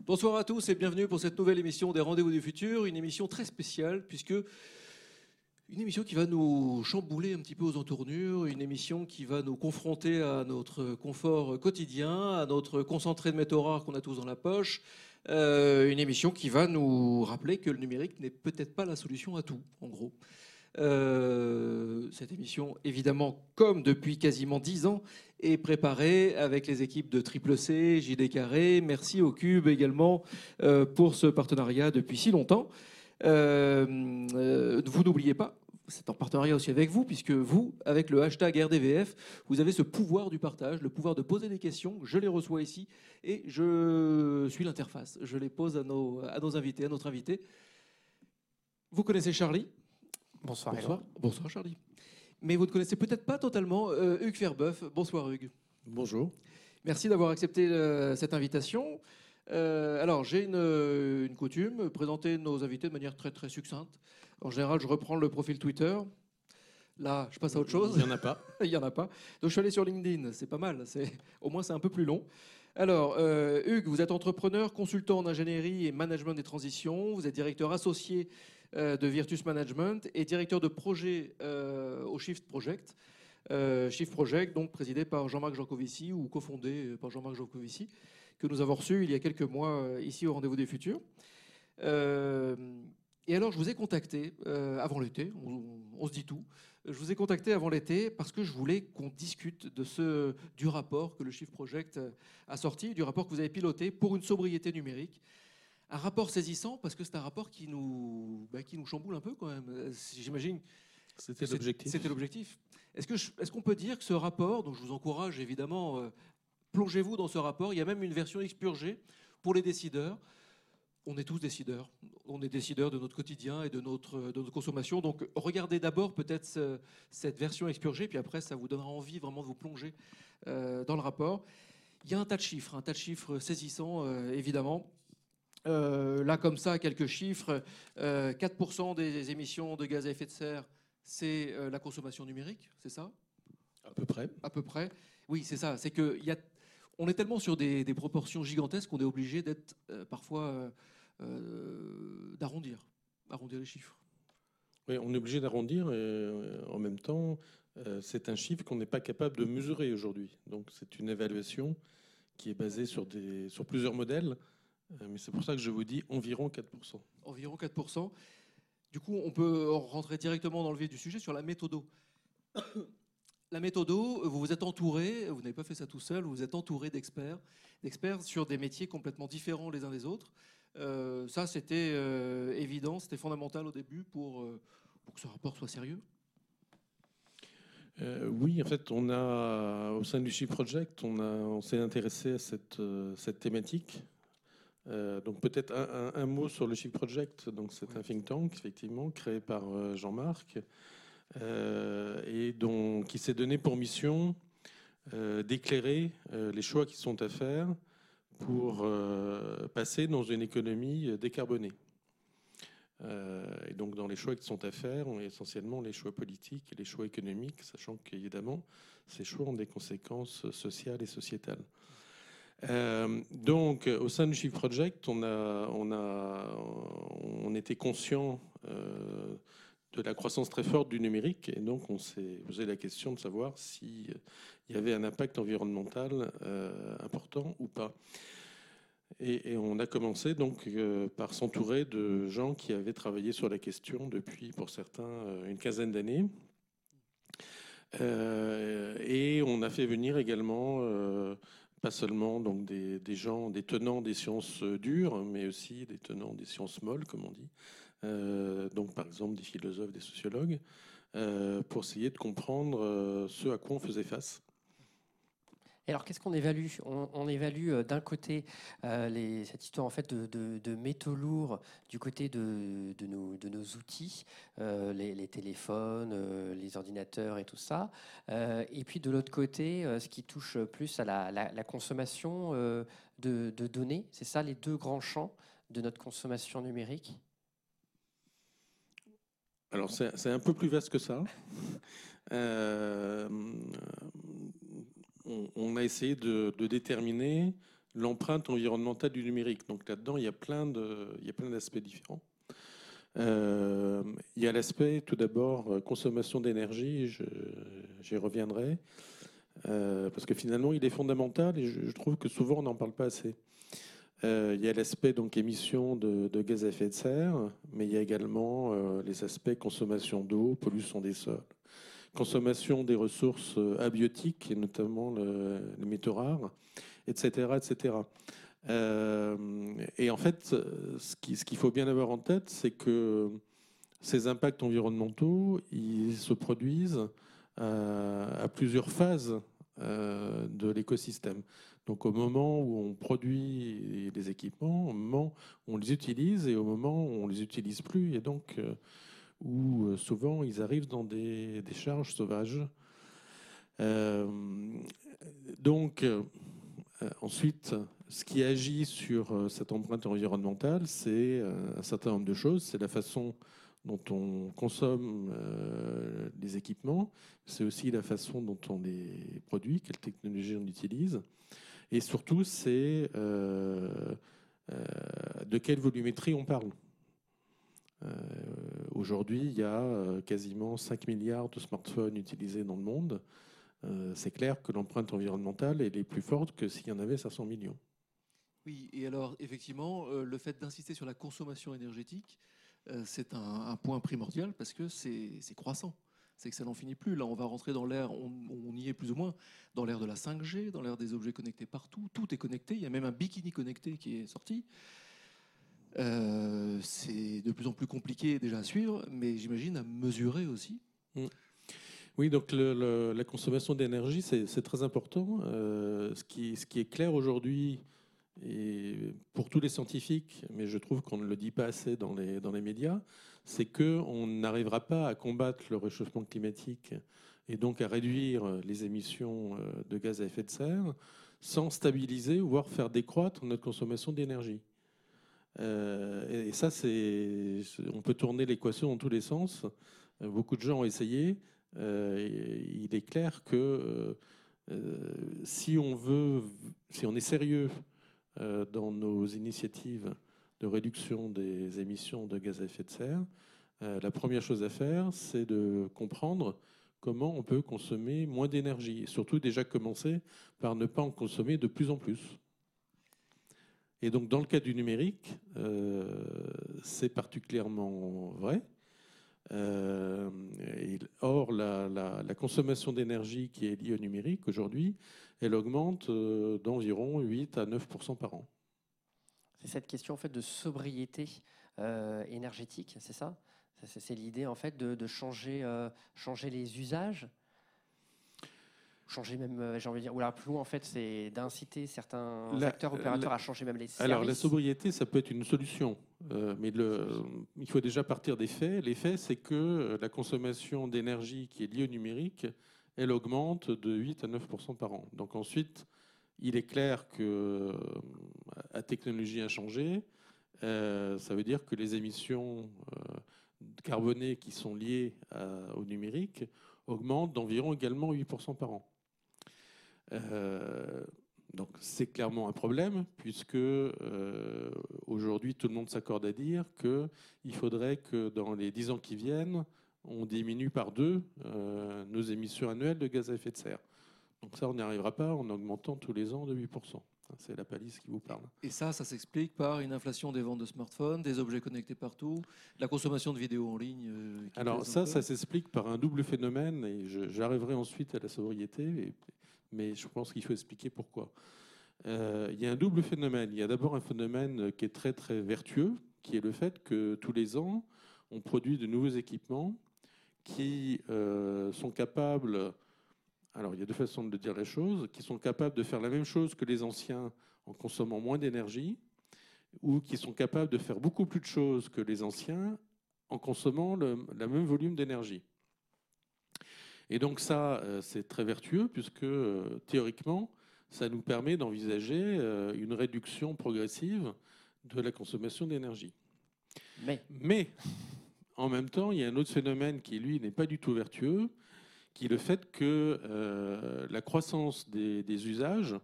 Bonsoir à tous et bienvenue pour cette nouvelle émission des Rendez-vous du Futur, une émission très spéciale puisque une émission qui va nous chambouler un petit peu aux entournures, une émission qui va nous confronter à notre confort quotidien, à notre concentré de métaux rares qu'on a tous dans la poche, une émission qui va nous rappeler que le numérique n'est peut-être pas la solution à tout, en gros. Cette émission, évidemment, comme depuis quasiment 10 ans, est préparée avec les équipes de Triple C, JD Carré. Merci au Cube également pour ce partenariat depuis si longtemps. Vous n'oubliez pas, c'est en partenariat aussi avec vous, puisque vous, avec le hashtag RDVF, vous avez ce pouvoir du partage, le pouvoir de poser des questions. Je les reçois ici et je suis l'interface. Je les pose à nos invités, à notre invité. Vous connaissez Charlie ? Bonsoir. Bonsoir Charlie. Mais vous ne connaissez peut-être pas totalement Hugues Verboeuf. Bonsoir Hugues. Bonjour. Merci d'avoir accepté cette invitation. Alors j'ai une coutume, présenter nos invités de manière très très succincte. En général, je reprends le profil Twitter. Là, je passe à autre chose. Il n'y en a pas. Il n'y en a pas. Donc je suis allé sur LinkedIn, c'est pas mal. Au moins c'est un peu plus long. Alors, Hugues, vous êtes entrepreneur, consultant en ingénierie et management des transitions. Vous êtes directeur associé de Virtus Management et directeur de projet au Shift Project. Shift Project, donc présidé par Jean-Marc Jancovici ou cofondé par Jean-Marc Jancovici, que nous avons reçu il y a quelques mois ici au Rendez-vous des Futurs. Et alors, je vous ai contacté avant l'été, on se dit tout. Je vous ai contacté avant l'été parce que je voulais qu'on discute du rapport que le Shift Project a sorti, du rapport que vous avez piloté pour une sobriété numérique. Un rapport saisissant parce que c'est un rapport qui nous chamboule un peu quand même. J'imagine. C'était l'objectif. C'était l'objectif. Est-ce qu'on peut dire que ce rapport, donc je vous encourage évidemment, plongez-vous dans ce rapport. Il y a même une version expurgée pour les décideurs. On est tous décideurs. On est décideurs de notre quotidien et de notre consommation. Donc regardez d'abord peut-être cette version expurgée, puis après ça vous donnera envie vraiment de vous plonger dans le rapport. Il y a un tas de chiffres saisissants évidemment. Là, comme ça, quelques chiffres. 4% des émissions de gaz à effet de serre, c'est la consommation numérique, c'est ça ? À peu près. À peu près. Oui, c'est ça. C'est que on est tellement sur des proportions gigantesques qu'on est obligé d'être parfois d'arrondir les chiffres. Oui, on est obligé d'arrondir et en même temps, c'est un chiffre qu'on n'est pas capable de mesurer aujourd'hui. Donc c'est une évaluation qui est basée sur plusieurs modèles. Mais c'est pour ça que je vous dis environ 4%. Environ 4%. Du coup, on peut rentrer directement dans le vif du sujet sur la méthodo. La méthodo, vous vous êtes entouré, vous n'avez pas fait ça tout seul, vous vous êtes entouré d'experts sur des métiers complètement différents les uns des autres. Ça, c'était évident, c'était fondamental au début pour que ce rapport soit sérieux. Oui, en fait, au sein du Shift Project, on s'est intéressé à cette thématique. Donc peut-être un mot sur le Shift Project. Donc c'est un think tank effectivement créé par Jean-Marc et qui s'est donné pour mission d'éclairer les choix qui sont à faire pour passer dans une économie décarbonée. Et donc dans les choix qui sont à faire, on a essentiellement les choix politiques et les choix économiques, sachant qu'évidemment ces choix ont des conséquences sociales et sociétales. Donc, au sein du Shift Project, on était conscient de la croissance très forte du numérique, et donc on s'est posé la question de savoir s'il y avait un impact environnemental important ou pas. Et on a commencé donc par s'entourer de gens qui avaient travaillé sur la question depuis, pour certains, une quinzaine d'années. Et on a fait venir également pas seulement donc des gens, des tenants des sciences dures, mais aussi des tenants des sciences molles, comme on dit. Donc par exemple des philosophes, des sociologues, pour essayer de comprendre ce à quoi on faisait face. Et alors, qu'est-ce qu'on évalue ? On évalue d'un côté cette histoire en fait de métaux lourds du côté de nos outils, les téléphones, les ordinateurs et tout ça. Et puis de l'autre côté, ce qui touche plus à la consommation de données. C'est ça les deux grands champs de notre consommation numérique ? Alors c'est un peu plus vaste que ça. On a essayé de déterminer l'empreinte environnementale du numérique. Donc là-dedans, il y a plein d'aspects différents. Il y a l'aspect, tout d'abord, consommation d'énergie, j'y reviendrai, parce que finalement, il est fondamental et je trouve que souvent, on n'en parle pas assez. Il y a l'aspect donc émission de gaz à effet de serre, mais il y a également les aspects consommation d'eau, pollution des sols, consommation des ressources abiotiques, et notamment les métaux rares, etc. etc. Et en fait, ce qu'il faut bien avoir en tête, c'est que ces impacts environnementaux, ils se produisent à plusieurs phases de l'écosystème. Donc au moment où on produit les équipements, au moment où on les utilise et au moment où on ne les utilise plus, et donc où souvent ils arrivent dans des charges sauvages. Donc ensuite, ce qui agit sur cette empreinte environnementale, c'est un certain nombre de choses. C'est la façon dont on consomme les équipements, c'est aussi la façon dont on les produit, quelle technologie on utilise, et surtout, c'est de quelle volumétrie on parle. Aujourd'hui, il y a quasiment 5 milliards de smartphones utilisés dans le monde. C'est clair que l'empreinte environnementale elle est plus forte que s'il y en avait 500 millions. Oui, et alors effectivement, le fait d'insister sur la consommation énergétique, c'est un point primordial parce que c'est croissant. C'est que ça n'en finit plus. Là, on va rentrer dans l'ère, on y est plus ou moins, dans l'ère de la 5G, dans l'ère des objets connectés partout. Tout est connecté. Il y a même un bikini connecté qui est sorti. C'est de plus en plus compliqué déjà à suivre, mais j'imagine à mesurer aussi. Oui, donc la consommation d'énergie, c'est très important. Ce qui est clair aujourd'hui, et pour tous les scientifiques, mais je trouve qu'on ne le dit pas assez dans les médias, c'est qu'on n'arrivera pas à combattre le réchauffement climatique et donc à réduire les émissions de gaz à effet de serre sans stabiliser, voire faire décroître notre consommation d'énergie. Et ça, on peut tourner l'équation dans tous les sens. Beaucoup de gens ont essayé. Il est clair que si on est sérieux dans nos initiatives de réduction des émissions de gaz à effet de serre, la première chose à faire, c'est de comprendre comment on peut consommer moins d'énergie. Et surtout déjà commencer par ne pas en consommer de plus en plus. Et donc dans le cas du numérique, c'est particulièrement vrai. Or, la consommation d'énergie qui est liée au numérique aujourd'hui, elle augmente d'environ 8 à 9% par an. C'est cette question en fait de sobriété énergétique, c'est ça? C'est l'idée en fait de changer les usages, changer même, j'ai envie de dire, ou alors plus loin en fait, c'est d'inciter certains acteurs opérateurs à changer même les services. Alors la sobriété, ça peut être une solution, mais il faut déjà partir des faits. Les faits, c'est que la consommation d'énergie qui est liée au numérique, elle augmente de 8 à 9% par an. Donc ensuite, il est clair que la technologie a changé. Ça veut dire que les émissions carbonées qui sont liées au numérique augmentent d'environ également 8% par an. Donc c'est clairement un problème puisque aujourd'hui tout le monde s'accorde à dire qu'il faudrait que dans les 10 ans qui viennent, on diminue par 2 nos émissions annuelles de gaz à effet de serre. Donc ça, on n'y arrivera pas en augmentant tous les ans de 8%. C'est la palisse qui vous parle. Et ça s'explique par une inflation des ventes de smartphones, des objets connectés partout, la consommation de vidéos en ligne. Alors ça s'explique par un double phénomène et j'arriverai ensuite à la sobriété, mais je pense qu'il faut expliquer pourquoi. Il y a un double phénomène. Il y a d'abord un phénomène qui est très très vertueux, qui est le fait que tous les ans, on produit de nouveaux équipements qui sont capables... Alors, il y a deux façons de dire les choses, qui sont capables de faire la même chose que les anciens en consommant moins d'énergie, ou qui sont capables de faire beaucoup plus de choses que les anciens en consommant le même volume d'énergie. Et donc ça, c'est très vertueux, puisque théoriquement, ça nous permet d'envisager une réduction progressive de la consommation d'énergie. Mais, en même temps, il y a un autre phénomène qui, lui, n'est pas du tout vertueux, qui est le fait que la croissance des usages,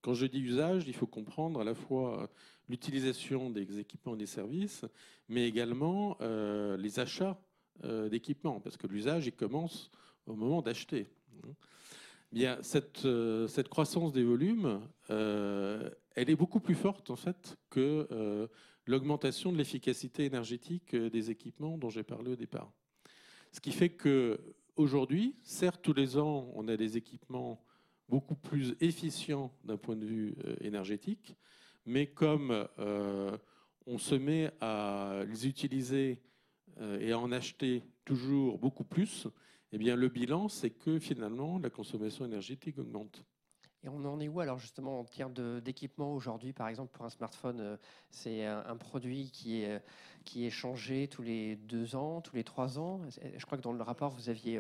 Quand je dis usage, il faut comprendre à la fois l'utilisation des équipements et des services, mais également les achats d'équipements, parce que l'usage, il commence au moment d'acheter. Bien, cette croissance des volumes, elle est beaucoup plus forte en fait que l'augmentation de l'efficacité énergétique des équipements dont j'ai parlé au départ. Ce qui fait que aujourd'hui, certes, tous les ans, on a des équipements beaucoup plus efficients d'un point de vue énergétique, mais comme on se met à les utiliser et à en acheter toujours beaucoup plus, eh bien, le bilan, c'est que finalement, la consommation énergétique augmente. Et on en est où alors justement en termes d'équipement aujourd'hui, par exemple pour un smartphone, c'est un produit qui est changé tous les 2 ans, tous les 3 ans. Je crois que dans le rapport, vous aviez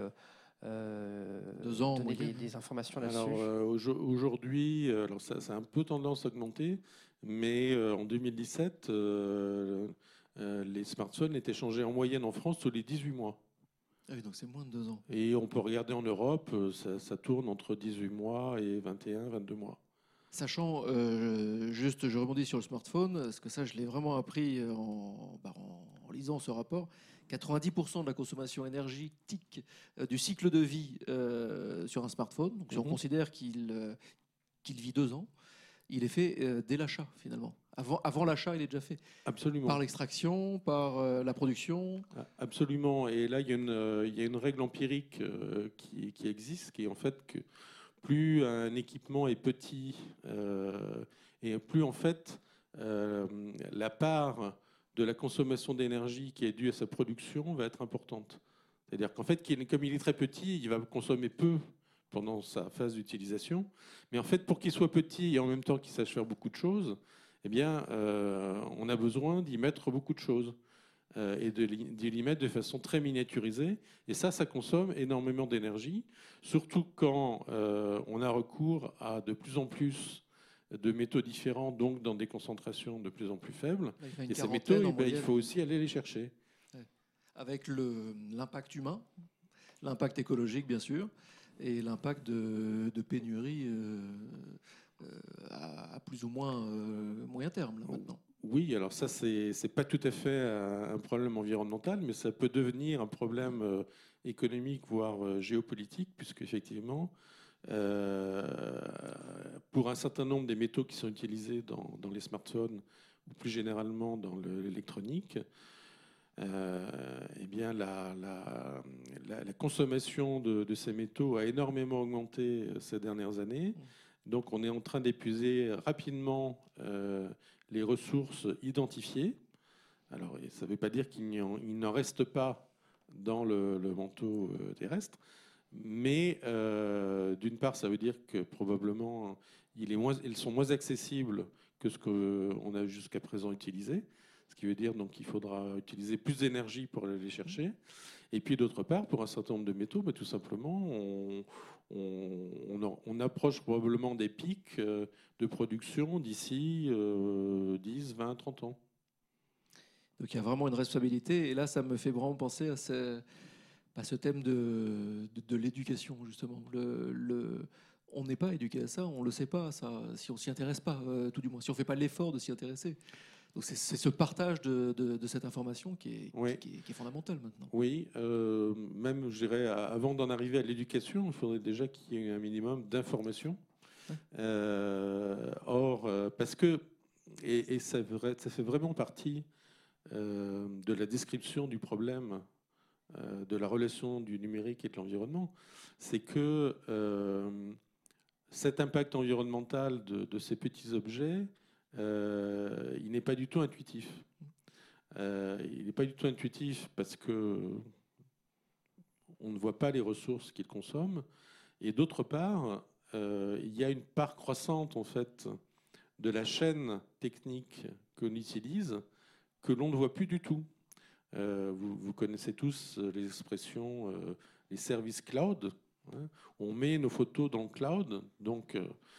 2 ans en donné moyenne. des informations là-dessus. Alors aujourd'hui, alors ça a un peu tendance à augmenter, mais en 2017, les smartphones étaient changés en moyenne en France tous les 18 mois. Ah oui, donc c'est moins de 2 ans. Et on peut regarder en Europe, ça tourne entre 18 mois et 21, 22 mois. Sachant, juste, je rebondis sur le smartphone, parce que ça, je l'ai vraiment appris en lisant ce rapport. 90% de la consommation énergétique du cycle de vie sur un smartphone, donc si on considère qu'il vit 2 ans, il est fait dès l'achat finalement. Avant l'achat, il est déjà fait. Absolument. Par l'extraction, par la production. Absolument. Et là, il y a une règle empirique qui existe, qui est en fait que plus un équipement est petit et plus en fait la part de la consommation d'énergie qui est due à sa production va être importante. C'est-à-dire qu'en fait, comme il est très petit, il va consommer peu pendant sa phase d'utilisation. Mais en fait, pour qu'il soit petit et en même temps qu'il sache faire beaucoup de choses, eh bien, on a besoin d'y mettre beaucoup de choses et d'y les mettre de façon très miniaturisée. Et ça consomme énormément d'énergie, surtout quand on a recours à de plus en plus de métaux différents, donc dans des concentrations de plus en plus faibles. Et ces métaux, il faut aussi aller les chercher. Ouais. Avec l'impact humain, l'impact écologique, bien sûr, et l'impact de pénurie à plus ou moins moyen terme, là, maintenant. Oui, alors ça, c'est pas tout à fait un problème environnemental, mais ça peut devenir un problème économique, voire géopolitique, puisque effectivement, pour un certain nombre des métaux qui sont utilisés dans les smartphones, ou plus généralement dans l'électronique, eh bien la consommation de ces métaux a énormément augmenté ces dernières années. Donc on est en train d'épuiser rapidement les ressources identifiées. Alors ça ne veut pas dire qu'il n'en reste pas dans le manteau terrestre, mais d'une part ça veut dire que probablement ils sont moins accessibles que ce qu'on a jusqu'à présent utilisé. Ce qui veut dire donc qu'il faudra utiliser plus d'énergie pour aller les chercher. Et puis d'autre part, pour un certain nombre de métaux, tout simplement, on approche probablement des pics de production d'ici 10, 20, 30 ans. Donc il y a vraiment une responsabilité. Et là, ça me fait vraiment penser à ce thème de l'éducation, justement. On n'est pas éduqué à ça, on ne le sait pas, ça, si on ne s'y intéresse pas, tout du moins, si on ne fait pas l'effort de s'y intéresser. Donc c'est ce partage de cette information qui est fondamental maintenant. Oui, même je dirais, avant d'en arriver à l'éducation, il faudrait déjà qu'il y ait un minimum d'information. Or, parce que, et ça fait vraiment partie de la description du problème de la relation du numérique et de l'environnement, c'est que cet impact environnemental de ces petits objets, il n'est pas du tout intuitif. Il n'est pas du tout intuitif parce que on ne voit pas les ressources qu'ils consomment. Et d'autre part, il y a une part croissante en fait de la chaîne technique qu'on utilise que l'on ne voit plus du tout. Vous connaissez tous les expressions, les services cloud. Hein. On met nos photos dans le cloud, donc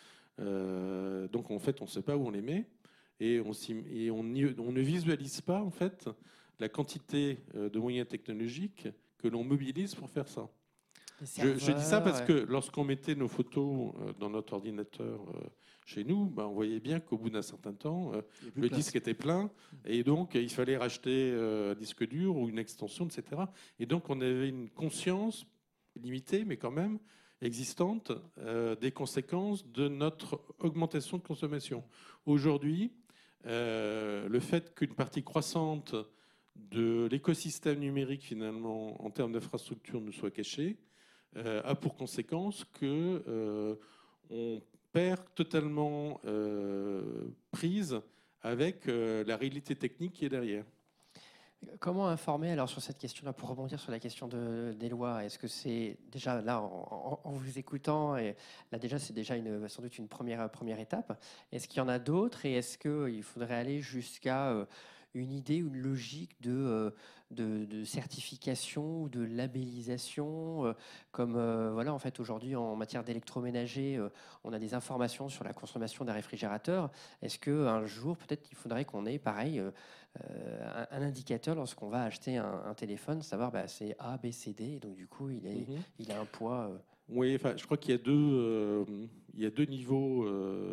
en fait on ne sait pas où on les met. Et on ne visualise pas en fait la quantité de moyens technologiques que l'on mobilise pour faire ça. Je dis ça parce que lorsqu'on mettait nos photos dans notre ordinateur chez nous, on voyait bien qu'au bout d'un certain temps, le disque était plein et donc il fallait racheter un disque dur ou une extension, etc. Et donc on avait une conscience limitée, mais quand même existante, des conséquences de notre augmentation de consommation. Aujourd'hui, le fait qu'une partie croissante de l'écosystème numérique, finalement, en termes d'infrastructure, nous soit cachée, a pour conséquence que on perd totalement prise avec la réalité technique qui est derrière. Comment informer alors sur cette question-là, pour rebondir sur la question des lois? Est-ce que c'est déjà là, en vous écoutant, et là déjà c'est déjà sans doute une première étape. Est-ce qu'il y en a d'autres et est-ce qu'il faudrait aller jusqu'à une idée, une logique de certification ou de labellisation, comme voilà, en fait aujourd'hui en matière d'électroménager, on a des informations sur la consommation d'un réfrigérateur. Est-ce qu'un jour peut-être il faudrait qu'on ait pareil un indicateur lorsqu'on va acheter un téléphone, savoir c'est A, B, C, D, et donc du coup il a un poids. Oui, enfin, je crois qu'il y a deux niveaux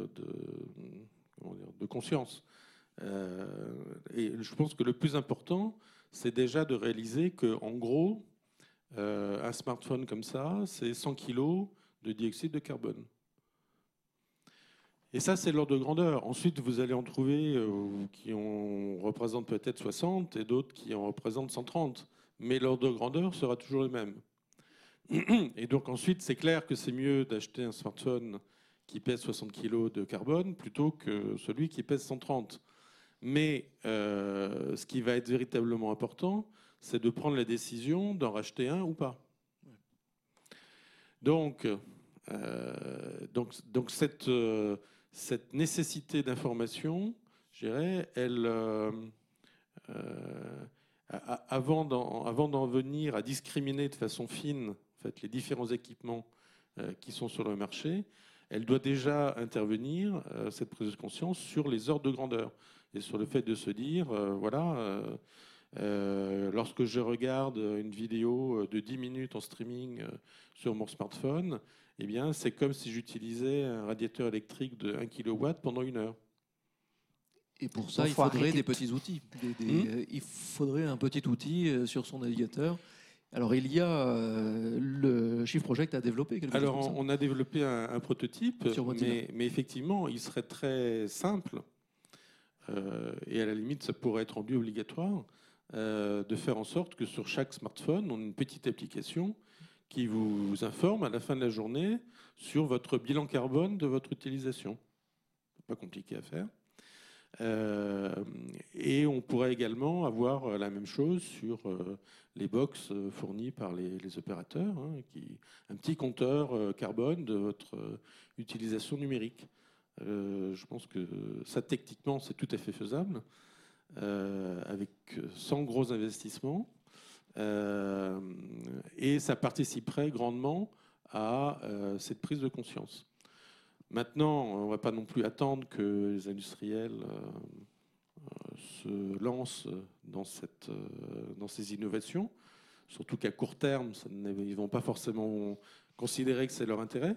de conscience. Et je pense que le plus important, c'est déjà de réaliser qu'en gros, un smartphone comme ça, c'est 100 kg de dioxyde de carbone. Et ça, c'est l'ordre de grandeur. Ensuite, vous allez en trouver qui en représentent peut-être 60 et d'autres qui en représentent 130. Mais l'ordre de grandeur sera toujours le même. Et donc ensuite, c'est clair que c'est mieux d'acheter un smartphone qui pèse 60 kg de carbone plutôt que celui qui pèse 130. Mais ce qui va être véritablement important, c'est de prendre la décision d'en racheter un ou pas. Donc cette nécessité d'information, je dirais, avant d'en venir à discriminer de façon fine en fait, les différents équipements qui sont sur le marché, elle doit déjà intervenir, cette prise de conscience, sur les ordres de grandeur et sur le fait de se dire, lorsque je regarde une vidéo de 10 minutes en streaming sur mon smartphone, eh bien, c'est comme si j'utilisais un radiateur électrique de 1 kW pendant 1 heure. Et pour ça, il faudrait des petits outils. Il faudrait un petit outil sur son navigateur. Alors, il y a le Shift Project a développé quelque chose comme ça. On a développé un prototype, mais effectivement, il serait très simple, et à la limite, ça pourrait être rendu obligatoire, de faire en sorte que sur chaque smartphone, on ait une petite application qui vous informe à la fin de la journée sur votre bilan carbone de votre utilisation. Pas compliqué à faire. Et on pourrait également avoir la même chose sur les box fournies par les opérateurs, un petit compteur carbone de votre utilisation numérique. Je pense que ça, techniquement, c'est tout à fait faisable, sans gros investissements. Et ça participerait grandement à cette prise de conscience. Maintenant, on ne va pas non plus attendre que les industriels se lancent dans ces innovations, surtout qu'à court terme, ils ne vont pas forcément considérer que c'est leur intérêt.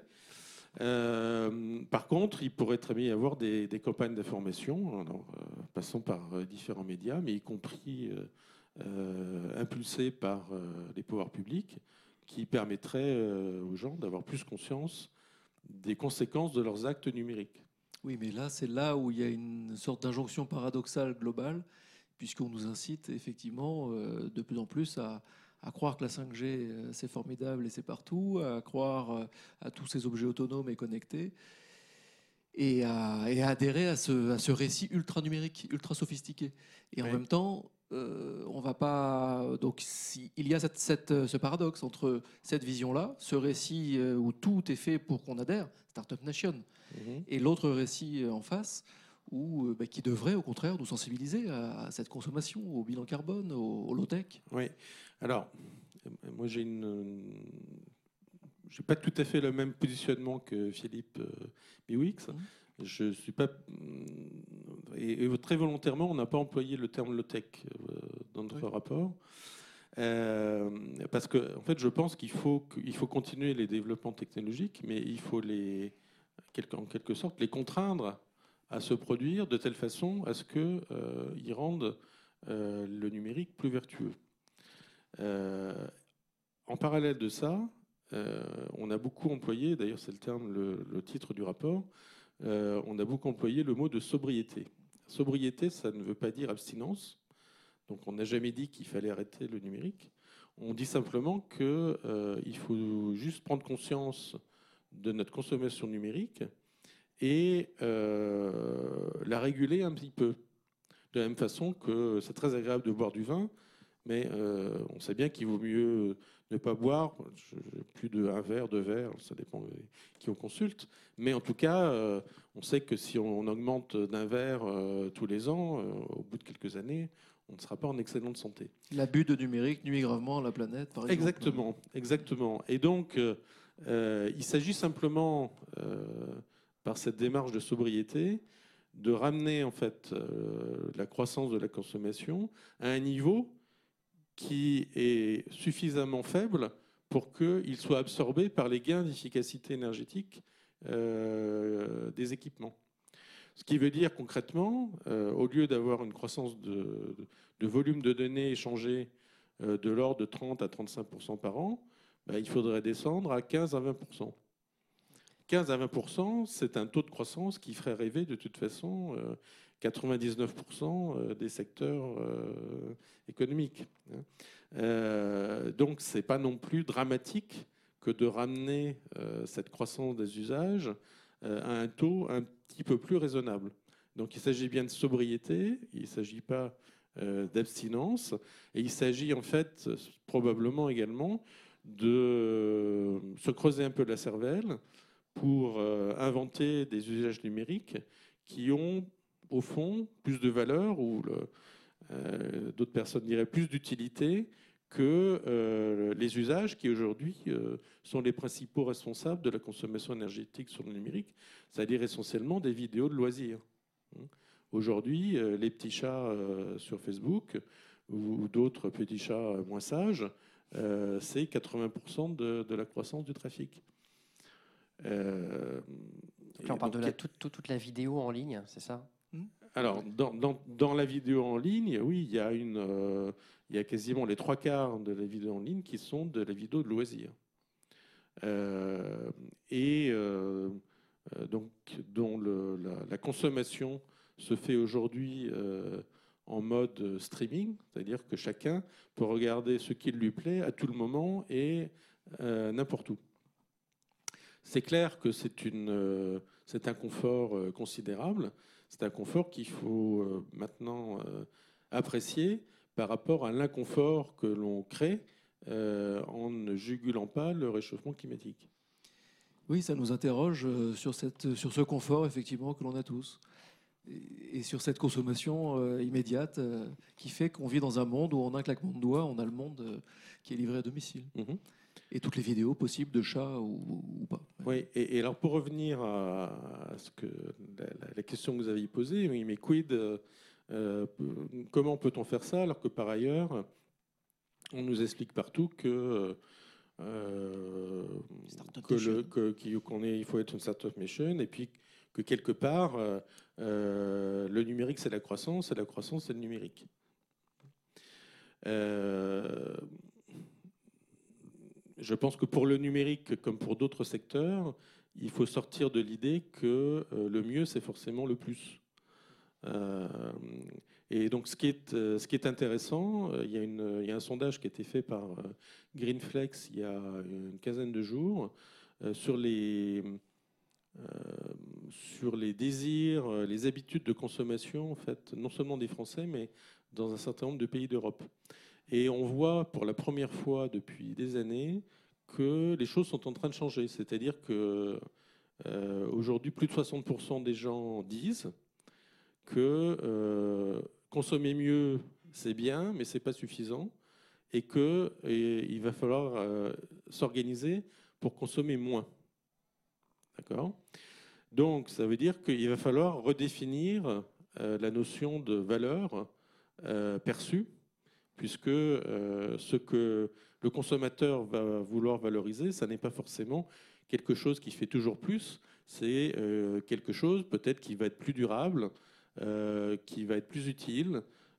Par contre, il pourrait très bien y avoir des campagnes d'information, passant par différents médias, mais y compris impulsées par les pouvoirs publics, qui permettraient aux gens d'avoir plus conscience des conséquences de leurs actes numériques. Oui, mais là, c'est là où il y a une sorte d'injonction paradoxale globale, puisqu'on nous incite effectivement de plus en plus à croire que la 5G, c'est formidable et c'est partout, à croire à tous ces objets autonomes et connectés, et à adhérer à ce récit ultra numérique, ultra sophistiqué. Et en même temps, on va pas. Donc, il y a ce paradoxe entre cette vision-là, ce récit où tout est fait pour qu'on adhère, Startup Nation, et l'autre récit en face, qui devrait au contraire nous sensibiliser à cette consommation, au bilan carbone, au low-tech. Oui. Alors, moi, j'ai pas tout à fait le même positionnement que Philippe Biwix. Je suis pas, et très volontairement, on n'a pas employé le terme low-tech dans notre rapport. Parce que, en fait, je pense qu'il faut continuer les développements technologiques, mais il faut en quelque sorte les contraindre à se produire de telle façon à ce qu'ils rendent le numérique plus vertueux. En parallèle de ça, on a beaucoup employé, d'ailleurs c'est le titre du rapport, on a beaucoup employé le mot de sobriété. Sobriété, ça ne veut pas dire abstinence. Donc on n'a jamais dit qu'il fallait arrêter le numérique. On dit simplement qu'il faut juste prendre conscience de notre consommation numérique et la réguler un petit peu. De la même façon que c'est très agréable de boire du vin, mais on sait bien qu'il vaut mieux ne pas boire plus d'un verre, 2 verres, ça dépend de qui on consulte. Mais en tout cas, on sait que si on augmente d'un verre tous les ans, au bout de quelques années, on ne sera pas en excellente santé. L'abus de numérique nuit gravement à la planète, par exemple. Exactement, exactement. Et donc, il s'agit simplement, par cette démarche de sobriété, de ramener en fait la croissance de la consommation à un niveau qui est suffisamment faible pour qu'il soit absorbé par les gains d'efficacité énergétique des équipements. Ce qui veut dire concrètement, au lieu d'avoir une croissance de volume de données échangées de l'ordre de 30 à 35% par an, il faudrait descendre à 15 à 20%. 15 à 20%, c'est un taux de croissance qui ferait rêver de toute façon 99% des secteurs économiques. Donc ce n'est pas non plus dramatique que de ramener cette croissance des usages à un taux un petit peu plus raisonnable. Donc il s'agit bien de sobriété, il ne s'agit pas d'abstinence, et il s'agit en fait probablement également de se creuser un peu la cervelle pour inventer des usages numériques qui ont au fond plus de valeur ou d'autres personnes diraient plus d'utilité que les usages qui aujourd'hui sont les principaux responsables de la consommation énergétique sur le numérique, c'est-à-dire essentiellement des vidéos de loisirs. Aujourd'hui, les petits chats sur Facebook ou d'autres petits chats moins sages, c'est 80% de la croissance du trafic. Là, on parle de toute la vidéo en ligne, c'est ça? Alors, dans la vidéo en ligne, oui, il y a quasiment les 3/4 de la vidéo en ligne qui sont de la vidéo de loisirs. Donc, dont la consommation se fait aujourd'hui en mode streaming, c'est-à-dire que chacun peut regarder ce qui lui plaît à tout le moment et n'importe où. C'est clair que c'est un confort considérable. C'est un confort qu'il faut maintenant apprécier par rapport à l'inconfort que l'on crée en ne jugulant pas le réchauffement climatique. Oui, ça nous interroge sur ce confort, effectivement, que l'on a tous. Et sur cette consommation immédiate qui fait qu'on vit dans un monde où, en un claquement de doigts, on a le monde qui est livré à domicile. Mmh. Et toutes les vidéos possibles de chats ou pas. Oui, et alors pour revenir à la question que vous aviez posée, oui, mais quid, comment peut-on faire ça alors que par ailleurs, on nous explique partout que il faut être une startup nation et puis que quelque part, le numérique c'est la croissance et la croissance c'est le numérique. Je pense que pour le numérique, comme pour d'autres secteurs, il faut sortir de l'idée que le mieux, c'est forcément le plus. Et donc, ce qui est intéressant, il y a un sondage qui a été fait par Greenflex il y a une quinzaine de jours sur les désirs, les habitudes de consommation, en fait, non seulement des Français, mais dans un certain nombre de pays d'Europe. Et on voit pour la première fois depuis des années que les choses sont en train de changer. C'est-à-dire que aujourd'hui, plus de 60% des gens disent que consommer mieux, c'est bien, mais c'est pas suffisant, et qu'il va falloir s'organiser pour consommer moins. D'accord ? Donc, ça veut dire qu'il va falloir redéfinir la notion de valeur perçue, puisque ce que le consommateur va vouloir valoriser, ça n'est pas forcément quelque chose qui fait toujours plus, c'est quelque chose peut-être qui va être plus durable, qui va être plus utile,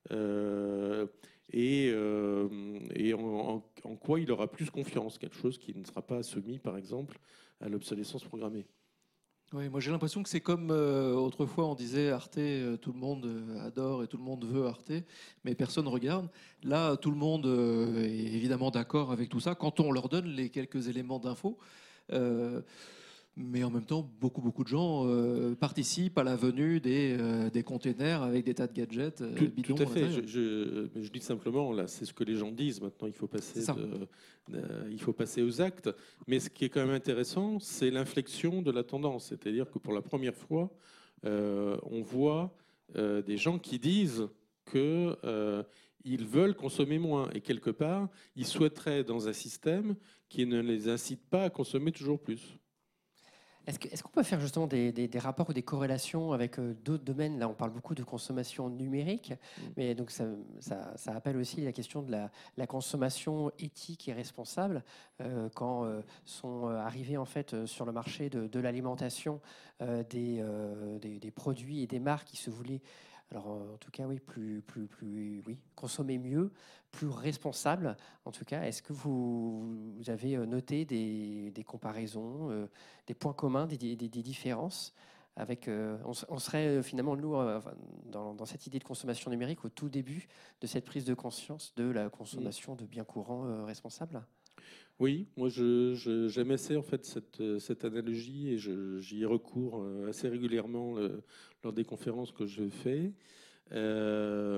et en quoi il aura plus confiance, quelque chose qui ne sera pas soumis, par exemple, à l'obsolescence programmée. Oui, moi j'ai l'impression que c'est comme autrefois on disait Arte, tout le monde adore et tout le monde veut Arte, mais personne regarde. Là, tout le monde est évidemment d'accord avec tout ça quand on leur donne les quelques éléments d'info. Euh, mais en même temps, beaucoup de gens participent à la venue des containers avec des tas de gadgets Tout bidons à à fait. l'intérieur. Je dis simplement, là, c'est ce que les gens disent. Maintenant, C'est ça. il faut passer aux actes. Mais ce qui est quand même intéressant, c'est l'inflexion de la tendance. C'est-à-dire que pour la première fois, on voit des gens qui disent que ils veulent consommer moins. Et quelque part, ils souhaiteraient dans un système qui ne les incite pas à consommer toujours plus. Est-ce qu'on peut faire justement des rapports ou des corrélations avec d'autres domaines? Là, on parle beaucoup de consommation numérique, mais donc ça appelle aussi la question de la consommation éthique et responsable. Quand sont arrivés en fait sur le marché de l'alimentation des produits et des marques qui se voulaient, alors en tout cas oui, oui, consommer mieux, plus responsable. En tout cas, est-ce que vous avez noté des comparaisons, des points communs, des différences avec, on serait finalement, nous, enfin, dans cette idée de consommation numérique, au tout début de cette prise de conscience de la consommation de biens courants responsables? Oui, moi j'aime assez en fait cette analogie et j'y ai recours assez régulièrement lors des conférences que je fais. Euh,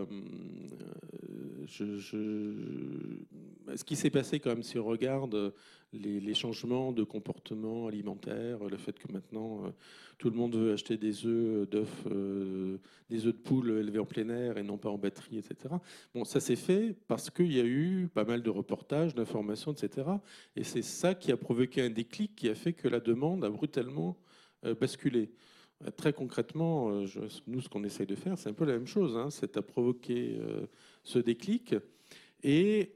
Ce qui s'est passé quand même, si on regarde les changements de comportement alimentaire, le fait que maintenant tout le monde veut acheter des œufs des œufs de poule élevés en plein air et non pas en batterie, etc. Bon, ça s'est fait parce qu'il y a eu pas mal de reportages, d'informations, etc. Et c'est ça qui a provoqué un déclic qui a fait que la demande a brutalement basculé. Très concrètement, nous, ce qu'on essaye de faire, c'est un peu la même chose. Hein, c'est à provoquer ce déclic. Et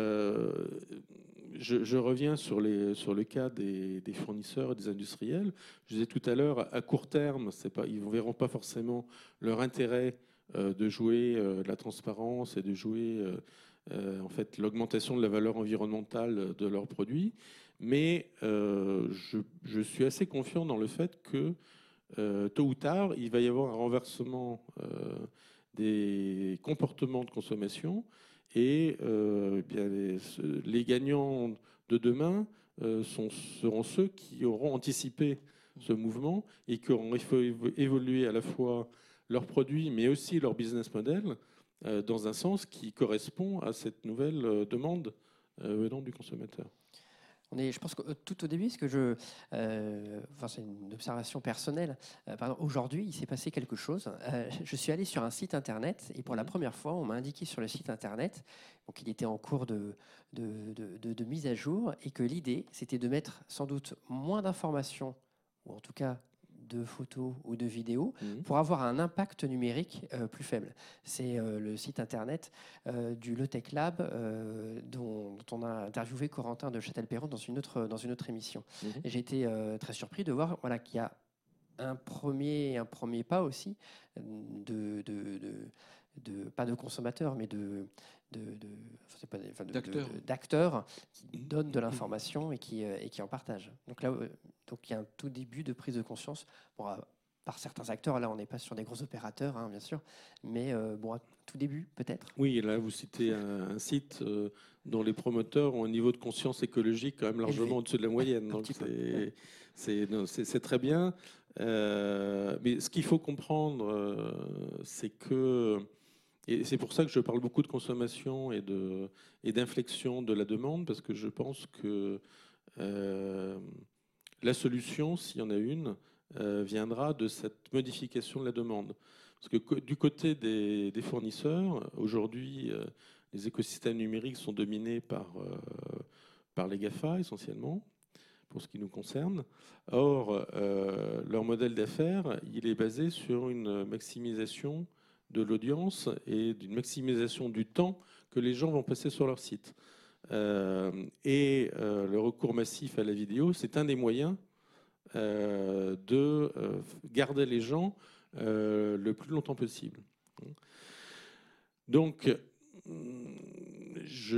je reviens sur le cas des fournisseurs et des industriels. Je disais tout à l'heure, à court terme, ils ne verront pas forcément leur intérêt de jouer la transparence et de jouer en fait, l'augmentation de la valeur environnementale de leurs produits. Mais je suis assez confiant dans le fait que tôt ou tard, il va y avoir un renversement des comportements de consommation et bien les gagnants de demain seront ceux qui auront anticipé ce mouvement et qui auront évolué à la fois leurs produits mais aussi leur business model dans un sens qui correspond à cette nouvelle demande venant du consommateur. Je pense que tout au début, enfin, c'est une observation personnelle. Aujourd'hui, il s'est passé quelque chose. Je suis allé sur un site internet et pour la première fois, on m'a indiqué sur le site internet qu'il était en cours de mise à jour et que l'idée, c'était de mettre sans doute moins d'informations, ou en tout cas de photos ou de vidéos, pour avoir un impact numérique plus faible. C'est le site internet du Le Tech Lab dont on a interviewé Corentin de Châtel-Perron dans une autre émission. Et j'ai été très surpris de voir qu'il y a un premier pas aussi pas de consommateurs, mais d'acteurs qui donnent de l'information et qui en partagent. Donc là, il y a un tout début de prise de conscience par certains acteurs. Là, on n'est pas sur des gros opérateurs, hein, bien sûr, mais à tout début, peut-être. Oui, et là, vous citez un site dont les promoteurs ont un niveau de conscience écologique quand même largement au-dessus de la moyenne. Donc, c'est très bien. Mais ce qu'il faut comprendre, c'est que, et c'est pour ça que je parle beaucoup de consommation et d'inflexion de la demande, parce que je pense que la solution, s'il y en a une, viendra de cette modification de la demande. Parce que du côté des fournisseurs, aujourd'hui, les écosystèmes numériques sont dominés par les GAFA essentiellement, pour ce qui nous concerne. Or, leur modèle d'affaires, il est basé sur une maximisation de l'audience et d'une maximisation du temps que les gens vont passer sur leur site. Le recours massif à la vidéo, c'est un des moyens de garder les gens le plus longtemps possible. Donc, je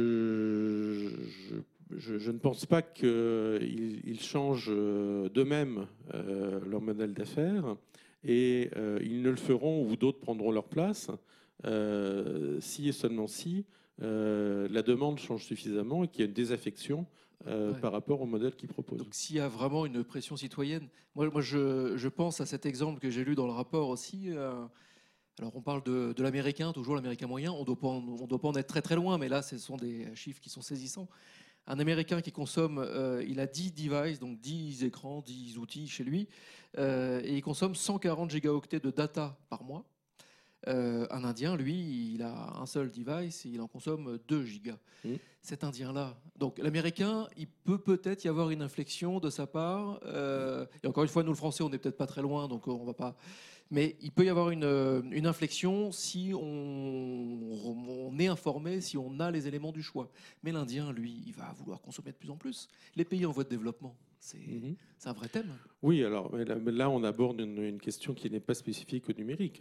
ne pense pas qu'ils changent d'eux-mêmes leur modèle d'affaires, et ils ne le feront, ou d'autres prendront leur place, si et seulement si la demande change suffisamment et qu'il y a une désaffection par rapport au modèle qu'ils proposent. Donc s'il y a vraiment une pression citoyenne, moi je pense à cet exemple que j'ai lu dans le rapport aussi. Alors on parle de l'américain, toujours l'américain moyen, on doit pas en être très très loin, mais là ce sont des chiffres qui sont saisissants. Un américain qui consomme, il a 10 devices, donc 10 écrans, 10 outils chez lui, et il consomme 140 gigaoctets de data par mois. Un Indien, lui, il a un seul device et il en consomme 2 gigas. Cet Indien-là. Donc l'Américain, il peut peut-être y avoir une inflexion de sa part. Et encore une fois, nous, le Français, on n'est peut-être pas très loin, donc on va pas... Mais il peut y avoir une inflexion si on est informé, si on a les éléments du choix. Mais l'Indien, lui, il va vouloir consommer de plus en plus. Les pays en voie de développement, c'est un vrai thème. Oui, alors là on aborde une question qui n'est pas spécifique au numérique.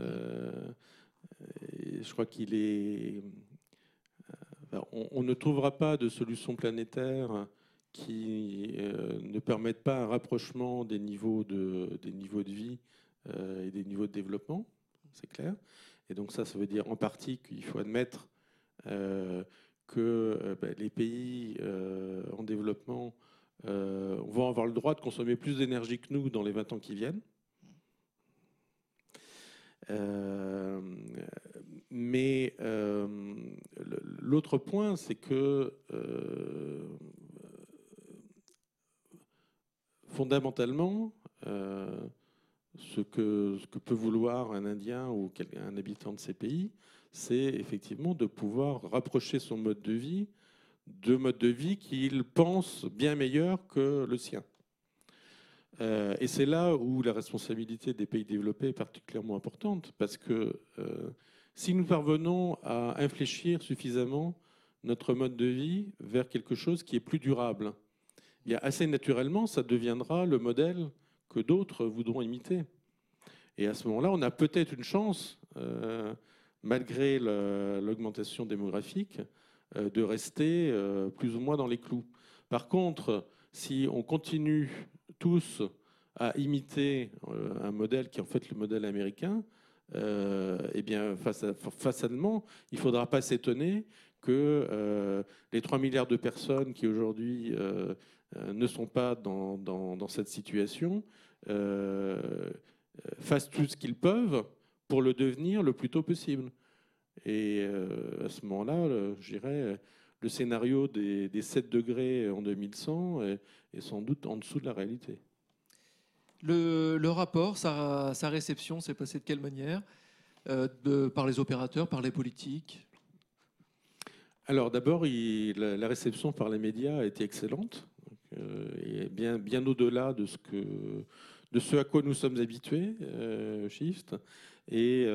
Je crois qu'il est... on ne trouvera pas de solution planétaire qui ne permette pas un rapprochement des niveaux de vie et des niveaux de développement, c'est clair. Et donc ça veut dire en partie qu'il faut admettre que les pays en développement vont avoir le droit de consommer plus d'énergie que nous dans les 20 ans qui viennent. Mais l'autre point, c'est que fondamentalement, ce que peut vouloir un Indien ou un habitant de ces pays, c'est effectivement de pouvoir rapprocher son mode de vie de modes de vie qu'il pense bien meilleurs que le sien. Et c'est là où la responsabilité des pays développés est particulièrement importante, parce que si nous parvenons à infléchir suffisamment notre mode de vie vers quelque chose qui est plus durable, assez naturellement, ça deviendra le modèle que d'autres voudront imiter. Et à ce moment-là, on a peut-être une chance, malgré l'augmentation démographique, de rester plus ou moins dans les clous. Par contre, si on continue tous à imiter un modèle qui est en fait le modèle américain, eh bien, fatalement, il ne faudra pas s'étonner que les 3 milliards de personnes qui aujourd'hui ne sont pas dans cette situation fassent tout ce qu'ils peuvent pour le devenir le plus tôt possible. Et à ce moment-là, je dirais, le scénario des 7 degrés en 2100 est sans doute en dessous de la réalité. Le rapport, sa réception s'est passée de quelle manière par les opérateurs, par les politiques? Alors d'abord, la réception par les médias a été excellente, et bien au-delà de ce à quoi nous sommes habitués, Shift, et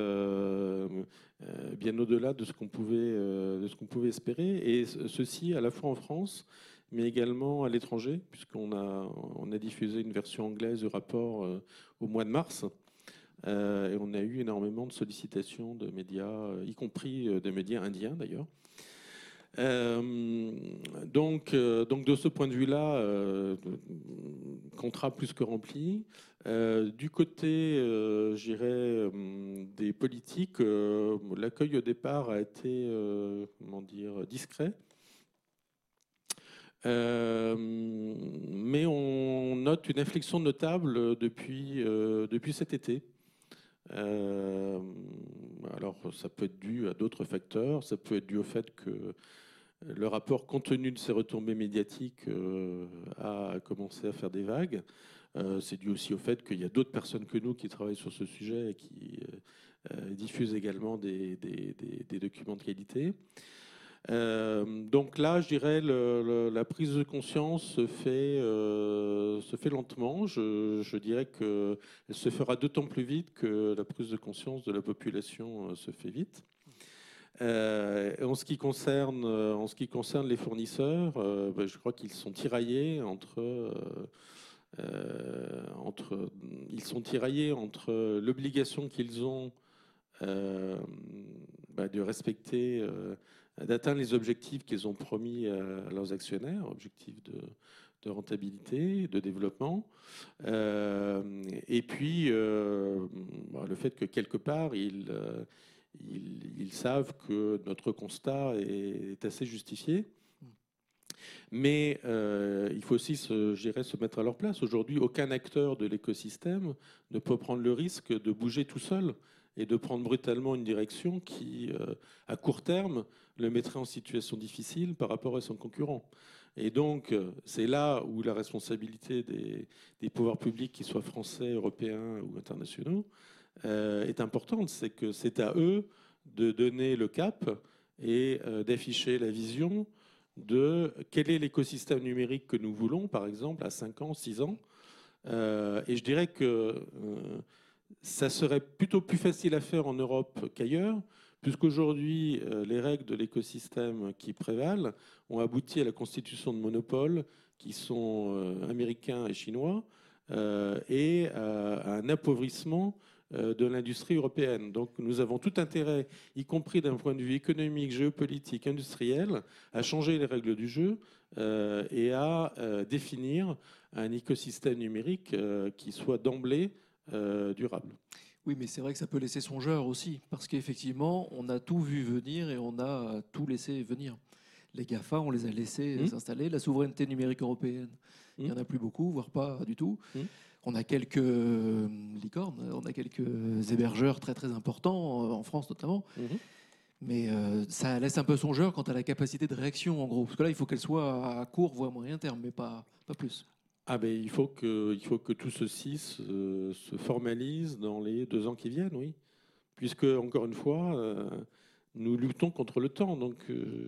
bien au-delà de ce qu'on pouvait espérer, et ceci à la fois en France, mais également à l'étranger, puisqu'on a diffusé une version anglaise du rapport au mois de mars, et on a eu énormément de sollicitations de médias, y compris de médias indiens d'ailleurs. Donc de ce point de vue-là, contrat plus que rempli. Du côté, je dirais, des politiques, l'accueil au départ a été, discret. Mais on note une inflexion notable depuis cet été. Alors, ça peut être dû à d'autres facteurs. Ça peut être dû au fait que le rapport, compte tenu de ses retombées médiatiques, a commencé à faire des vagues. C'est dû aussi au fait qu'il y a d'autres personnes que nous qui travaillent sur ce sujet et qui diffusent également des documents de qualité. Donc là, je dirais, la prise de conscience se fait lentement. Je dirais qu'elle se fera d'autant plus vite que la prise de conscience de la population se fait vite. En ce qui concerne les fournisseurs, je crois qu'ils sont tiraillés entre l'obligation qu'ils ont de respecter, d'atteindre les objectifs qu'ils ont promis à leurs actionnaires, objectifs de rentabilité, de développement, et puis le fait que quelque part ils savent que notre constat est assez justifié. Mais il faut aussi, se mettre à leur place. Aujourd'hui, aucun acteur de l'écosystème ne peut prendre le risque de bouger tout seul et de prendre brutalement une direction qui, à court terme, le mettrait en situation difficile par rapport à son concurrent. Et donc, c'est là où la responsabilité des pouvoirs publics, qu'ils soient français, européens ou internationaux, est importante. C'est que c'est à eux de donner le cap et d'afficher la vision de quel est l'écosystème numérique que nous voulons, par exemple, à 5 ans, 6 ans. Et je dirais que ça serait plutôt plus facile à faire en Europe qu'ailleurs, puisqu'aujourd'hui, les règles de l'écosystème qui prévalent ont abouti à la constitution de monopoles qui sont américains et chinois, et à un appauvrissement de l'industrie européenne. Donc nous avons tout intérêt, y compris d'un point de vue économique, géopolitique, industriel, à changer les règles du jeu et à définir un écosystème numérique qui soit d'emblée durable. Oui, mais c'est vrai que ça peut laisser songeur aussi, parce qu'effectivement, on a tout vu venir et on a tout laissé venir. Les GAFA, on les a laissés s'installer. La souveraineté numérique européenne, il n'y en a plus beaucoup, voire pas du tout. On a quelques licornes, on a quelques hébergeurs très très importants, en France notamment. Mais ça laisse un peu songeur quant à la capacité de réaction, en gros. Parce que là, il faut qu'elle soit à court, voire moyen terme, mais pas plus. Ah ben, il faut que tout ceci se formalise dans les 2 ans qui viennent, oui. Puisque, encore une fois, nous luttons contre le temps. Donc,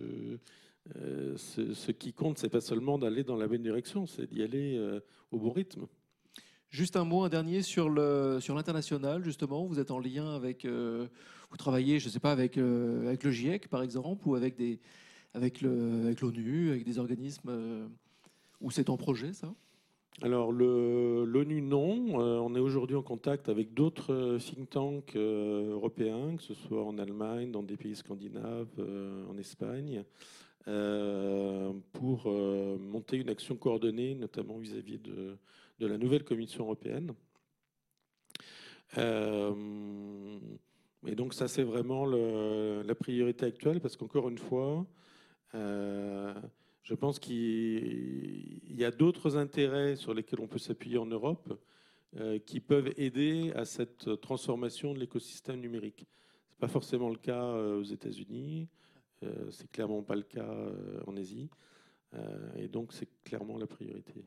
ce qui compte, c'est pas seulement d'aller dans la bonne direction, c'est d'y aller au bon rythme. Juste un mot, un dernier sur l'international, justement. Vous êtes en lien avec... vous travaillez, je ne sais pas, avec le GIEC, par exemple, ou avec l'ONU, avec des organismes... où c'est en projet, ça ? Alors, l'ONU, non. On est aujourd'hui en contact avec d'autres think tanks européens, que ce soit en Allemagne, dans des pays scandinaves, en Espagne, pour monter une action coordonnée, notamment vis-à-vis de la nouvelle Commission européenne. Et donc ça, c'est vraiment la priorité actuelle, parce qu'encore une fois, je pense qu'il y a d'autres intérêts sur lesquels on peut s'appuyer en Europe qui peuvent aider à cette transformation de l'écosystème numérique. Ce n'est pas forcément le cas aux États-Unis, c'est clairement pas le cas en Asie, et donc c'est clairement la priorité.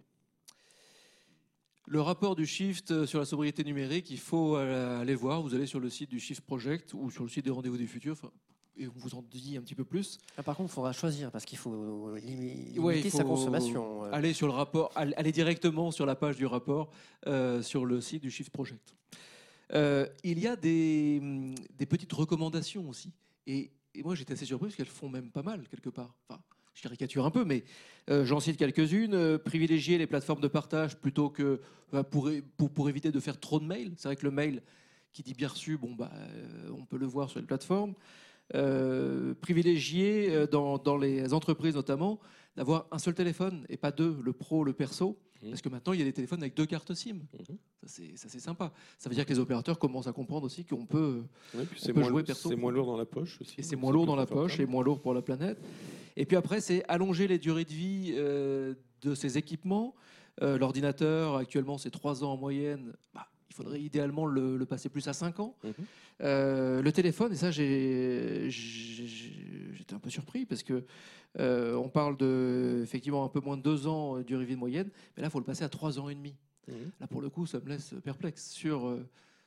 Le rapport du Shift sur la sobriété numérique, il faut aller voir. Vous allez sur le site du Shift Project ou sur le site des Rendez-vous du Futur, et on vous en dit un petit peu plus. Par contre, il faudra choisir parce qu'il faut limiter sa consommation. Aller sur le rapport, aller directement sur la page du rapport sur le site du Shift Project. Il y a des petites recommandations aussi. Et moi, j'étais assez surpris parce qu'elles font même pas mal quelque part. Enfin, je caricature un peu, mais j'en cite quelques-unes. Privilégier les plateformes de partage plutôt que pour éviter de faire trop de mails. C'est vrai que le mail qui dit bien reçu, on peut le voir sur les plateformes. Privilégier dans les entreprises notamment d'avoir un seul téléphone et pas 2, le pro, le perso. Parce que maintenant, il y a des téléphones avec 2 cartes SIM. Ça, c'est sympa. Ça veut dire que les opérateurs commencent à comprendre aussi qu'on peut, jouer perso. C'est moins lourd dans la poche aussi. Et c'est moins lourd dans la poche et moins lourd pour la planète. Et puis après, c'est allonger les durées de vie de ces équipements. L'ordinateur, actuellement, c'est 3 ans en moyenne. Il faudrait idéalement le passer plus à 5 ans. Le téléphone, et ça, j'étais un peu surpris parce que on parle de effectivement un peu moins de 2 ans durée de vie moyenne, mais là, il faut le passer à 3 ans et demi. Là, pour le coup, ça me laisse perplexe sur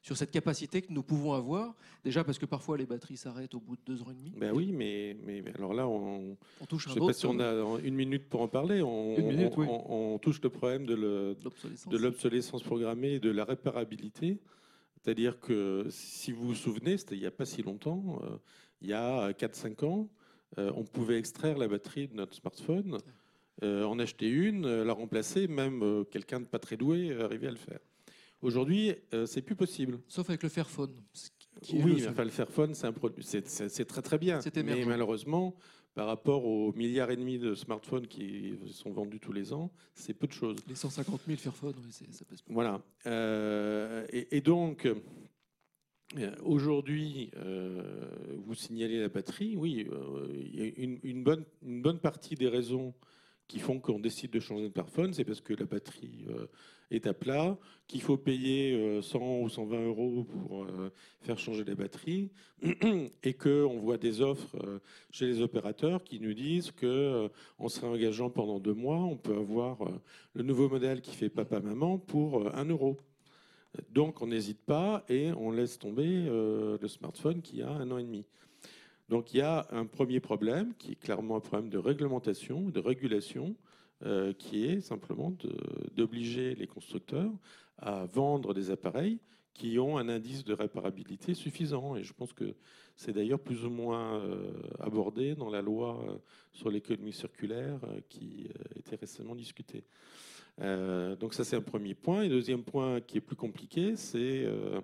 sur cette capacité que nous pouvons avoir. Déjà parce que parfois les batteries s'arrêtent au bout de 2 ans et demi. Ben oui, mais alors là, On touche je un ne sais pas autre, si on a une minute pour en parler. Une minute, oui. On touche le problème de l'obsolescence. l'obsolescence programmée et de la réparabilité. C'est-à-dire que, si vous vous souvenez, c'était il n'y a pas si longtemps, il y a 4-5 ans, on pouvait extraire la batterie de notre smartphone, en acheter une, la remplacer, même quelqu'un de pas très doué arrivait à le faire. Aujourd'hui, c'est plus possible. Sauf avec le Fairphone. Oui, enfin, le Fairphone, c'est un produit, c'est très très bien. C'est Mais émergent. malheureusement, par rapport aux 1,5 milliard de smartphones qui sont vendus tous les ans, c'est peu de choses. Les 150 000 Fairphone, oui, ça pèse pas. Voilà. Et donc, aujourd'hui, vous signalez la batterie. Oui, il y a une bonne partie des raisons qui font qu'on décide de changer de smartphone, c'est parce que la batterie est à plat, qu'il faut payer 100 ou 120 euros pour faire changer la batterie, et qu'on voit des offres chez les opérateurs qui nous disent qu'en se réengageant pendant 2 mois, on peut avoir le nouveau modèle qui fait papa-maman pour 1 euro. Donc on n'hésite pas et on laisse tomber le smartphone qui a 1 an et demi. Donc il y a un premier problème qui est clairement un problème de réglementation, de régulation, qui est simplement d'obliger les constructeurs à vendre des appareils qui ont un indice de réparabilité suffisant. Et je pense que c'est d'ailleurs plus ou moins abordé dans la loi sur l'économie circulaire qui était récemment discutée. Donc ça, c'est un premier point. Et deuxième point qui est plus compliqué, c'est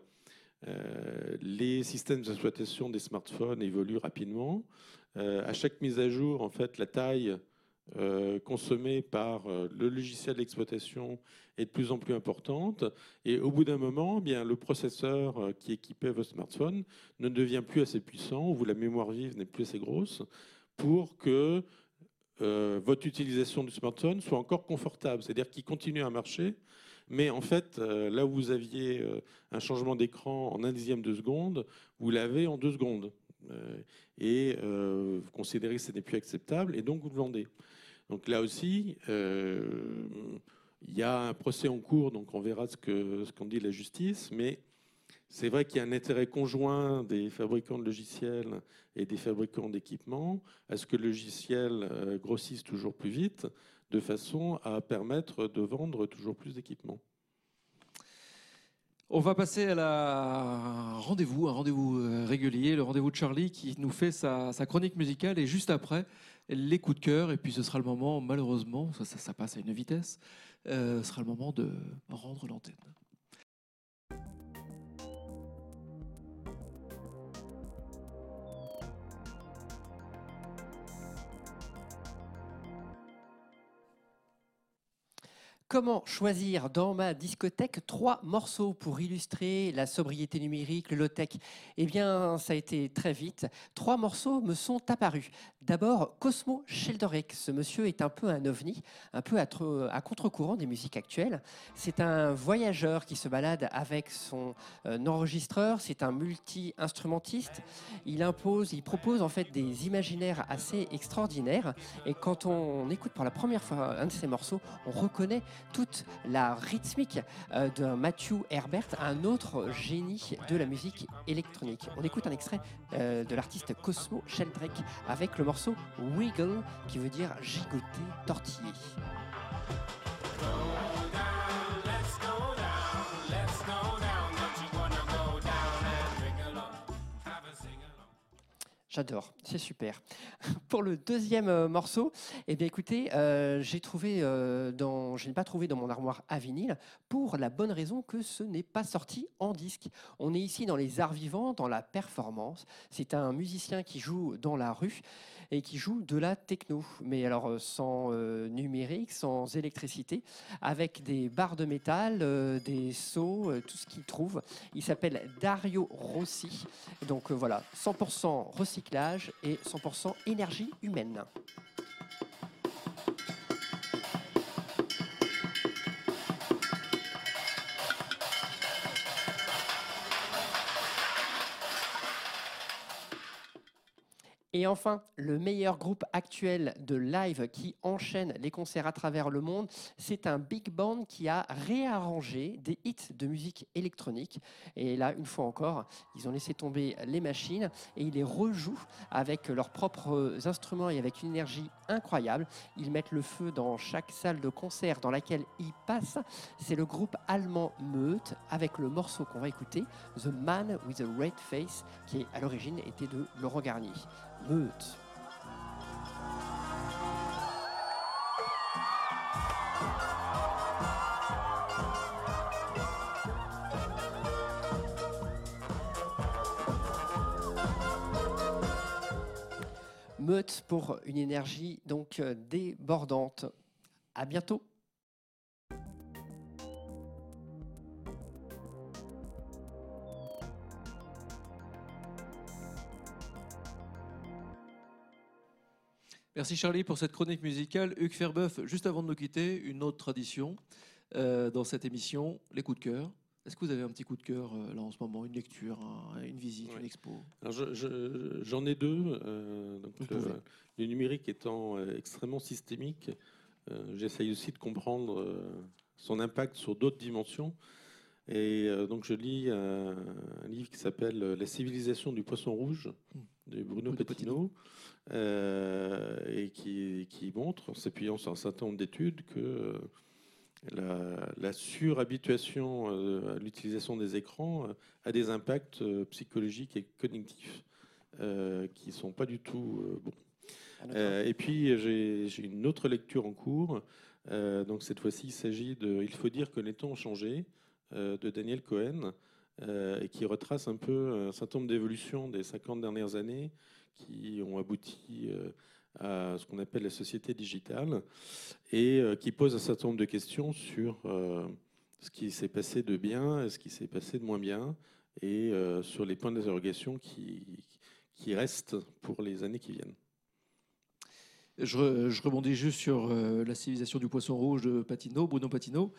les systèmes d'exploitation des smartphones évoluent rapidement. À chaque mise à jour, en fait, la taille consommée par le logiciel d'exploitation est de plus en plus importante. Et au bout d'un moment, eh bien, le processeur qui équipait vos smartphones ne devient plus assez puissant, ou la mémoire vive n'est plus assez grosse pour que votre utilisation du smartphone soit encore confortable, c'est-à-dire qu'il continue à marcher, mais en fait, là où vous aviez un changement d'écran en 1/10 de seconde, vous l'avez en 2 secondes. Et vous considérez que ce n'est plus acceptable, et donc vous le vendez. Donc là aussi, il y a un procès en cours, donc on verra ce qu'en dit la justice, mais c'est vrai qu'il y a un intérêt conjoint des fabricants de logiciels et des fabricants d'équipements à ce que le logiciel grossisse toujours plus vite, de façon à permettre de vendre toujours plus d'équipements. On va passer à un rendez-vous régulier, le rendez-vous de Charlie qui nous fait sa chronique musicale, et juste après, les coups de cœur. Et puis ce sera le moment, malheureusement, ça passe à une vitesse, ce sera le moment de rendre l'antenne. Comment choisir dans ma discothèque 3 morceaux pour illustrer la sobriété numérique, le low-tech? Eh bien, ça a été très vite. 3 morceaux me sont apparus. D'abord, Cosmo Sheldrake. Ce monsieur est un peu un ovni, un peu à contre-courant des musiques actuelles. C'est un voyageur qui se balade avec son enregistreur. C'est un multi-instrumentiste. Il propose en fait des imaginaires assez extraordinaires. Et quand on écoute pour la première fois un de ces morceaux, on reconnaît toute la rythmique d'un Matthew Herbert, un autre génie de la musique électronique. On écoute un extrait de l'artiste Cosmo Sheldrake avec le morceau Wiggle, qui veut dire gigoter, tortiller. J'adore, c'est super. Pour le deuxième morceau, eh bien écoutez, je n'ai pas trouvé dans mon armoire à vinyle, pour la bonne raison que ce n'est pas sorti en disque. On est ici dans les arts vivants, dans la performance. C'est un musicien qui joue dans la rue et qui joue de la techno, mais alors sans numérique, sans électricité, avec des barres de métal, des seaux, tout ce qu'il trouve. Il s'appelle Dario Rossi. Donc voilà, 100% recyclage et 100% énergie humaine. Et enfin, le meilleur groupe actuel de live qui enchaîne les concerts à travers le monde, c'est un big band qui a réarrangé des hits de musique électronique. Et là, une fois encore, ils ont laissé tomber les machines et ils les rejouent avec leurs propres instruments et avec une énergie incroyable. Ils mettent le feu dans chaque salle de concert dans laquelle ils passent. C'est le groupe allemand Meute avec le morceau qu'on va écouter, The Man with a Red Face, qui à l'origine était de Laurent Garnier. Meute. Meute pour une énergie donc débordante. À bientôt. Merci Charlie pour cette chronique musicale. Hugues Ferbeuf, juste avant de nous quitter, une autre tradition dans cette émission, les coups de cœur. Est-ce que vous avez un petit coup de cœur là en ce moment, une lecture, une visite, une expo? Alors, j'en ai deux. Donc le numérique étant extrêmement systémique, j'essaye aussi de comprendre son impact sur d'autres dimensions. Et donc je lis un livre qui s'appelle La civilisation du poisson rouge de Bruno Petitino. Et qui montre, en s'appuyant sur un certain nombre d'études, que la surhabituation à l'utilisation des écrans a des impacts psychologiques et cognitifs qui ne sont pas du tout bons. Et puis j'ai une autre lecture en cours. Donc cette fois-ci, il s'agit de Il faut dire que les temps ont changé de Daniel Cohen, et qui retrace un peu un certain nombre d'évolutions des 50 dernières années qui ont abouti à ce qu'on appelle la société digitale et qui pose un certain nombre de questions sur ce qui s'est passé de bien et ce qui s'est passé de moins bien et sur les points d'interrogation qui restent pour les années qui viennent. Je rebondis juste sur La civilisation du poisson rouge de Bruno Patino.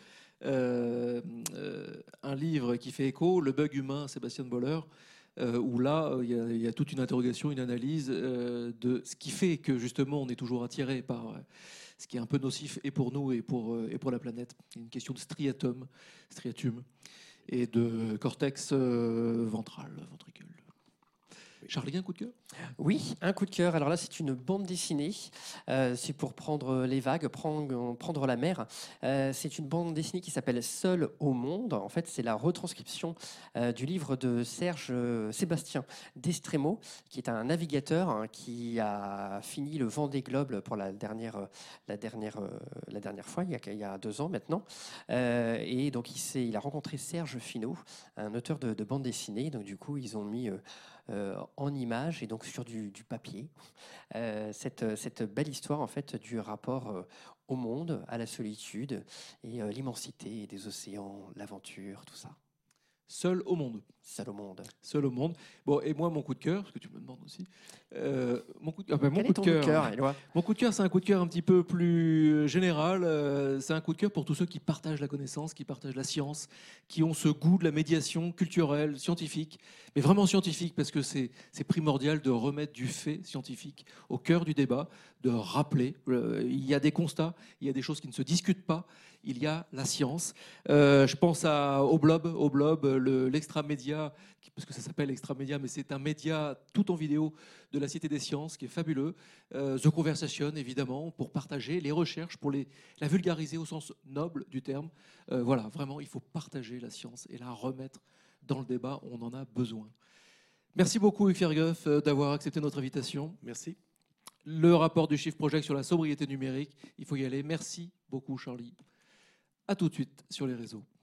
Un livre qui fait écho, Le bug humain, Sébastien Boller, où là, il y a toute une interrogation, une analyse de ce qui fait que justement on est toujours attiré par ce qui est un peu nocif et pour nous et pour la planète. Il y a une question de striatum et de cortex ventral, ventricule. Charlie, un coup de cœur? Oui, un coup de cœur. Alors là, c'est une bande dessinée. C'est pour prendre les vagues, prendre la mer. C'est une bande dessinée qui s'appelle Seul au monde. En fait, c'est la retranscription du livre de Serge Sébastien Destremo, qui est un navigateur qui a fini le Vendée Globe pour la dernière fois, il y a 2 ans maintenant. Et donc, il a rencontré Serge Finot, un auteur de bande dessinée. Donc, du coup, ils ont mis en images et donc sur du papier cette belle histoire en fait du rapport au monde, à la solitude et l'immensité des océans, l'aventure, tout ça. Seul au monde. Seul au monde. Seul au monde. Bon, et moi, mon coup de cœur, parce que tu me demandes aussi. Mon coup de cœur, Éloi ? Mon coup de cœur, c'est un coup de cœur un petit peu plus général. C'est un coup de cœur pour tous ceux qui partagent la connaissance, qui partagent la science, qui ont ce goût de la médiation culturelle, scientifique, mais vraiment scientifique, parce que c'est primordial de remettre du fait scientifique au cœur du débat, de rappeler. Il y a des constats, il y a des choses qui ne se discutent pas. Il y a la science. Je pense au Blob, l'extra média, parce que ça s'appelle extra média, mais c'est un média tout en vidéo de la Cité des Sciences qui est fabuleux. The Conversation, évidemment, pour partager les recherches, pour la vulgariser au sens noble du terme. Voilà, vraiment, il faut partager la science et la remettre dans le débat. On en a besoin. Merci beaucoup, Hugues Ferbeuf, d'avoir accepté notre invitation. Merci. Le rapport du Shift Project sur la sobriété numérique, il faut y aller. Merci beaucoup, Charlie. À tout de suite sur les réseaux.